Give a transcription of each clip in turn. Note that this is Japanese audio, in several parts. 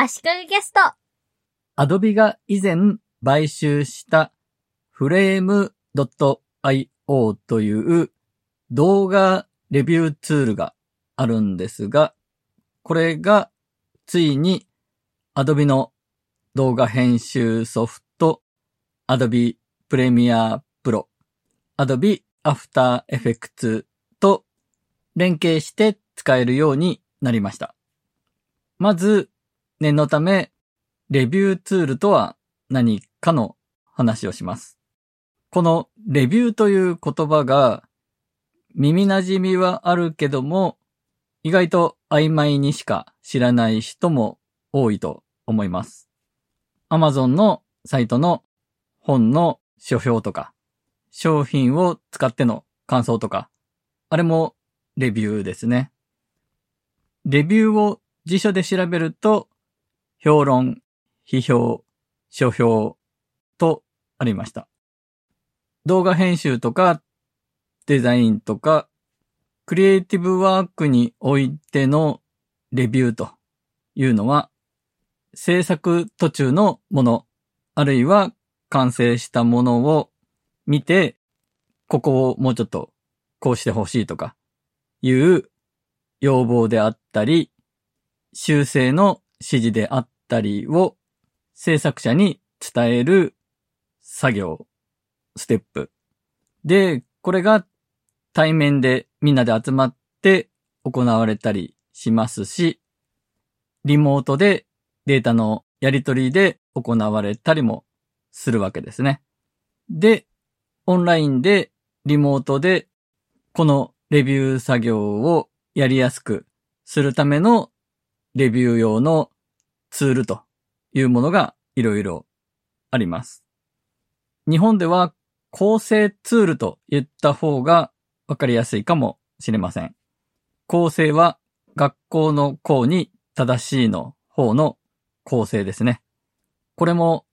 足利ゲスト。 Adobe が以前買収したフレーム .io という動画レビューツールがあるんですが、これがついに Adobe の動画編集ソフト Adobe Premiere Pro、Adobe After Effects と連携して使えるようになりました。まず念のためレビューツールとは何かの話をします。このレビューという言葉が耳馴染みはあるけども、意外と曖昧にしか知らない人も多いと思います。Amazon のサイトの本の書評とか、商品を使っての感想とか、あれもレビューですね。レビューを辞書で調べると、評論、批評、書評とありました。動画編集とかデザインとかクリエイティブワークにおいてのレビューというのは制作途中のものあるいは完成したものを見てここをもうちょっとこうしてほしいとかいう要望であったり修正の指示であったりを制作者に伝える作業ステップで、これが対面でみんなで集まって行われたりしますし、リモートでデータのやり取りで行われたりもするわけですね。で、オンラインでリモートでこのレビュー作業をやりやすくするためのレビュー用のツールというものがいろいろあります。日本では構成ツールと言った方がわかりやすいかもしれません。構成は学校の校に正しいの方の構成ですね。これも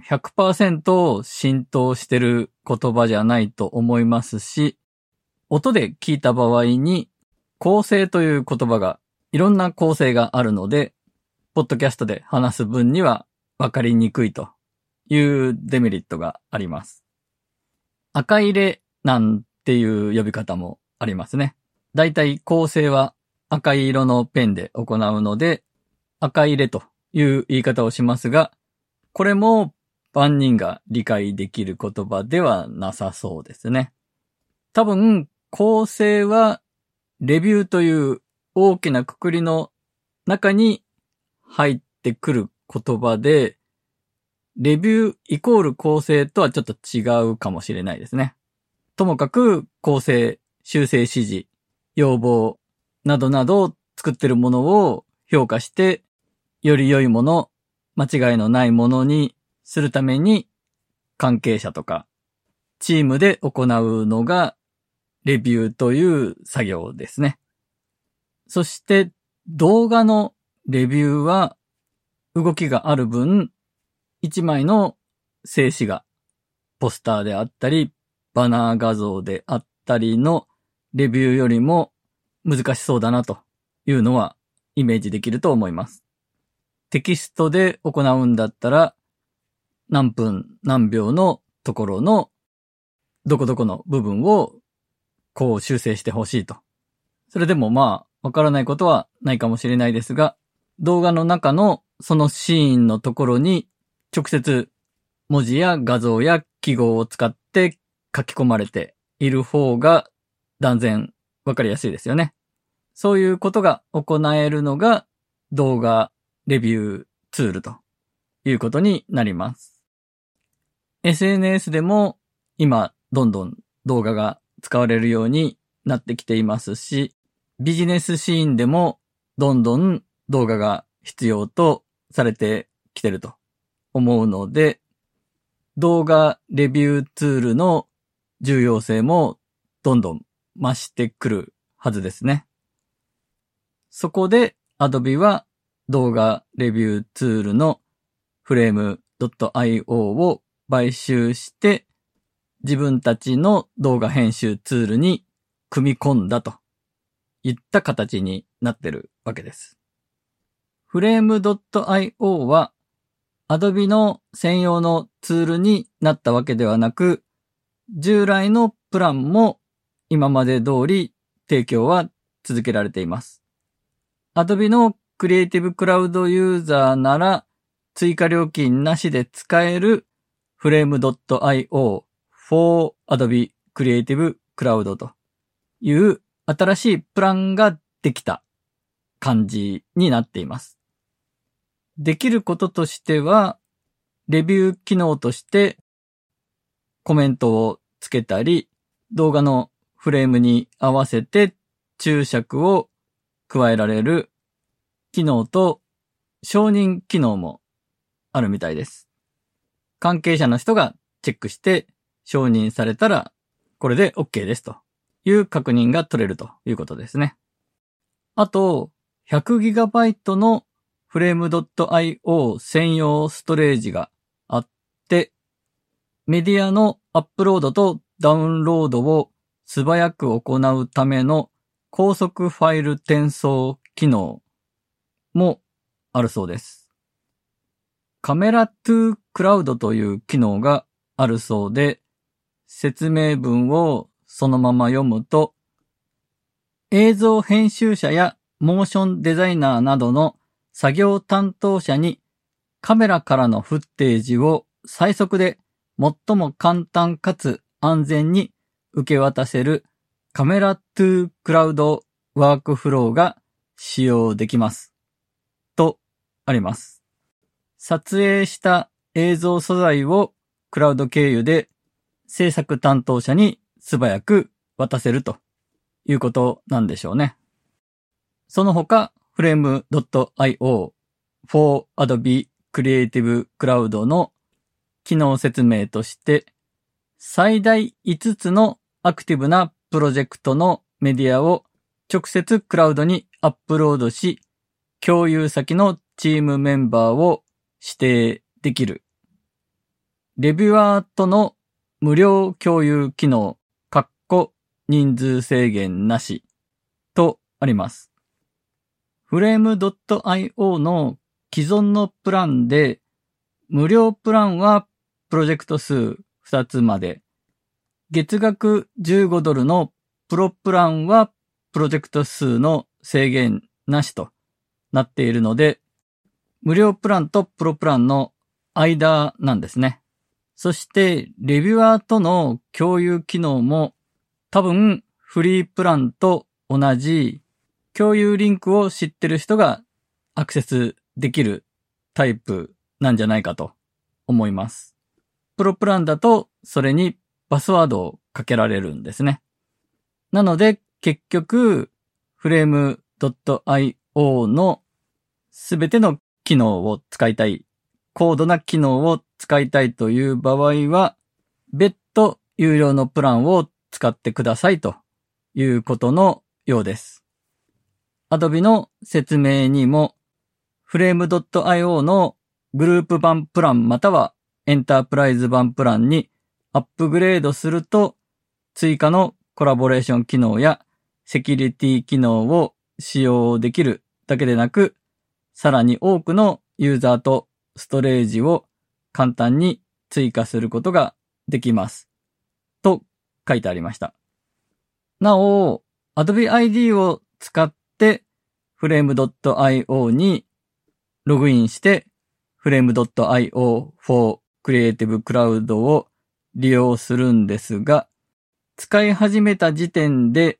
100% 浸透してる言葉じゃないと思いますし、音で聞いた場合に構成という言葉がいろんな構成があるので、ポッドキャストで話す分にはわかりにくいというデメリットがあります。赤入れなんていう呼び方もありますね。だいたい構成は赤い色のペンで行うので、赤入れという言い方をしますが、これも万人が理解できる言葉ではなさそうですね。多分、構成はレビューという大きな括りの中に入ってくる言葉で、レビューイコール構成とはちょっと違うかもしれないですね。ともかく構成、修正指示、要望などなど作ってるものを評価してより良いもの、間違いのないものにするために関係者とかチームで行うのがレビューという作業ですね。そして動画のレビューは動きがある分一枚の静止画、ポスターであったり、バナー画像であったりのレビューよりも難しそうだなというのはイメージできると思います。テキストで行うんだったら何分何秒のところのどこどこの部分をこう修正してほしいと。それでもわからないことはないかもしれないですが、動画の中のそのシーンのところに直接文字や画像や記号を使って書き込まれている方が断然わかりやすいですよね。そういうことが行えるのが動画レビューツールということになります。SNS でも今どんどん動画が使われるようになってきていますし、ビジネスシーンでもどんどん動画が必要とされてきてると思うので、動画レビューツールの重要性もどんどん増してくるはずですね。そこで Adobe は動画レビューツールの Frame.io を買収して自分たちの動画編集ツールに組み込んだといった形になってるわけです。 Frame.io は Adobe の専用のツールになったわけではなく、従来のプランも今まで通り提供は続けられています。Adobe のクリエイティブクラウドユーザーなら追加料金なしで使える Frame.io for Adobe Creative Cloud という新しいプランができた感じになっています。できることとしては、レビュー機能としてコメントをつけたり、動画のフレームに合わせて注釈を加えられる機能と承認機能もあるみたいです。関係者の人がチェックして承認されたらこれで OK ですという確認が取れるということですね。あと 100GB の Frame.io 専用ストレージがあって、メディアのアップロードとダウンロードを素早く行うための高速ファイル転送機能もあるそうです。カメラトゥクラウドという機能があるそうで、説明文をそのまま読むと、映像編集者やモーションデザイナーなどの作業担当者にカメラからのフッテージを最速で最も簡単かつ安全に受け渡せるカメラトゥクラウドワークフローが使用できます。とあります。撮影した映像素材をクラウド経由で制作担当者に素早く渡せるということなんでしょうね。その他、Frame.io for Adobe Creative Cloud の機能説明として、最大5つのアクティブなプロジェクトのメディアを直接クラウドにアップロードし、共有先のチームメンバーを指定できる。レビュアーとの無料共有機能、人数制限なしとあります。Frame.io の既存のプランで、無料プランはプロジェクト数2つまで、月額$15のプロプランはプロジェクト数の制限なしとなっているので、無料プランとプロプランの間なんですね。そして、レビュアーとの共有機能も多分フリープランと同じ共有リンクを知ってる人がアクセスできるタイプなんじゃないかと思います。プロプランだとそれにパスワードをかけられるんですね。なので結局Frame.io のすべての機能を使いたい、高度な機能を使いたいという場合は別途有料のプランを使ってくださいということのようです。Adobe の説明にも Frame.io のグループ版プランまたはエンタープライズ版プランにアップグレードすると追加のコラボレーション機能やセキュリティ機能を使用できるだけでなく、さらに多くのユーザーとストレージを簡単に追加することができます。と書いてありました。なお、Adobe ID を使って Frame.io にログインして Frame.io for Creative Cloud を利用するんですが、使い始めた時点で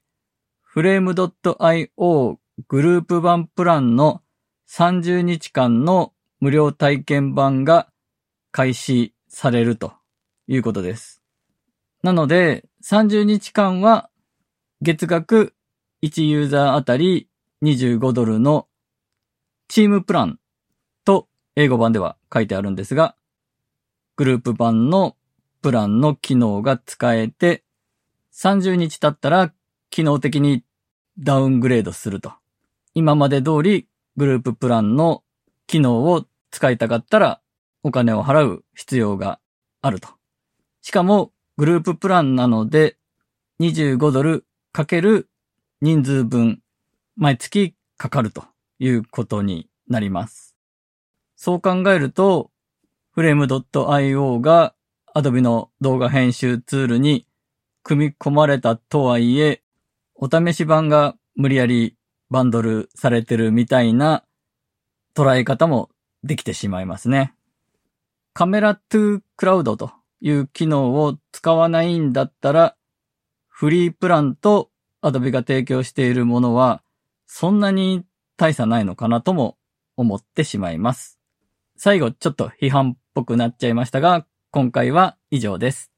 Frame.io グループ版プランの30日間の無料体験版が開始されるということです。なので30日間は月額1ユーザーあたり$25のチームプランと英語版では書いてあるんですが、グループ版のプランの機能が使えて30日経ったら機能的にダウングレードすると。今まで通りグループプランの機能を使いたかったらお金を払う必要があると。しかもグループプランなので$25かける人数分毎月かかるということになります。そう考えると、Frame.io が Adobe の動画編集ツールに組み込まれたとはいえ、お試し版が無理やりバンドルされてるみたいな捉え方もできてしまいますね。カメラトゥクラウドという機能を使わないんだったら、フリープランと Adobe が提供しているものはそんなに大差ないのかなとも思ってしまいます。最後ちょっと批判っぽくなっちゃいましたが、今回は以上です。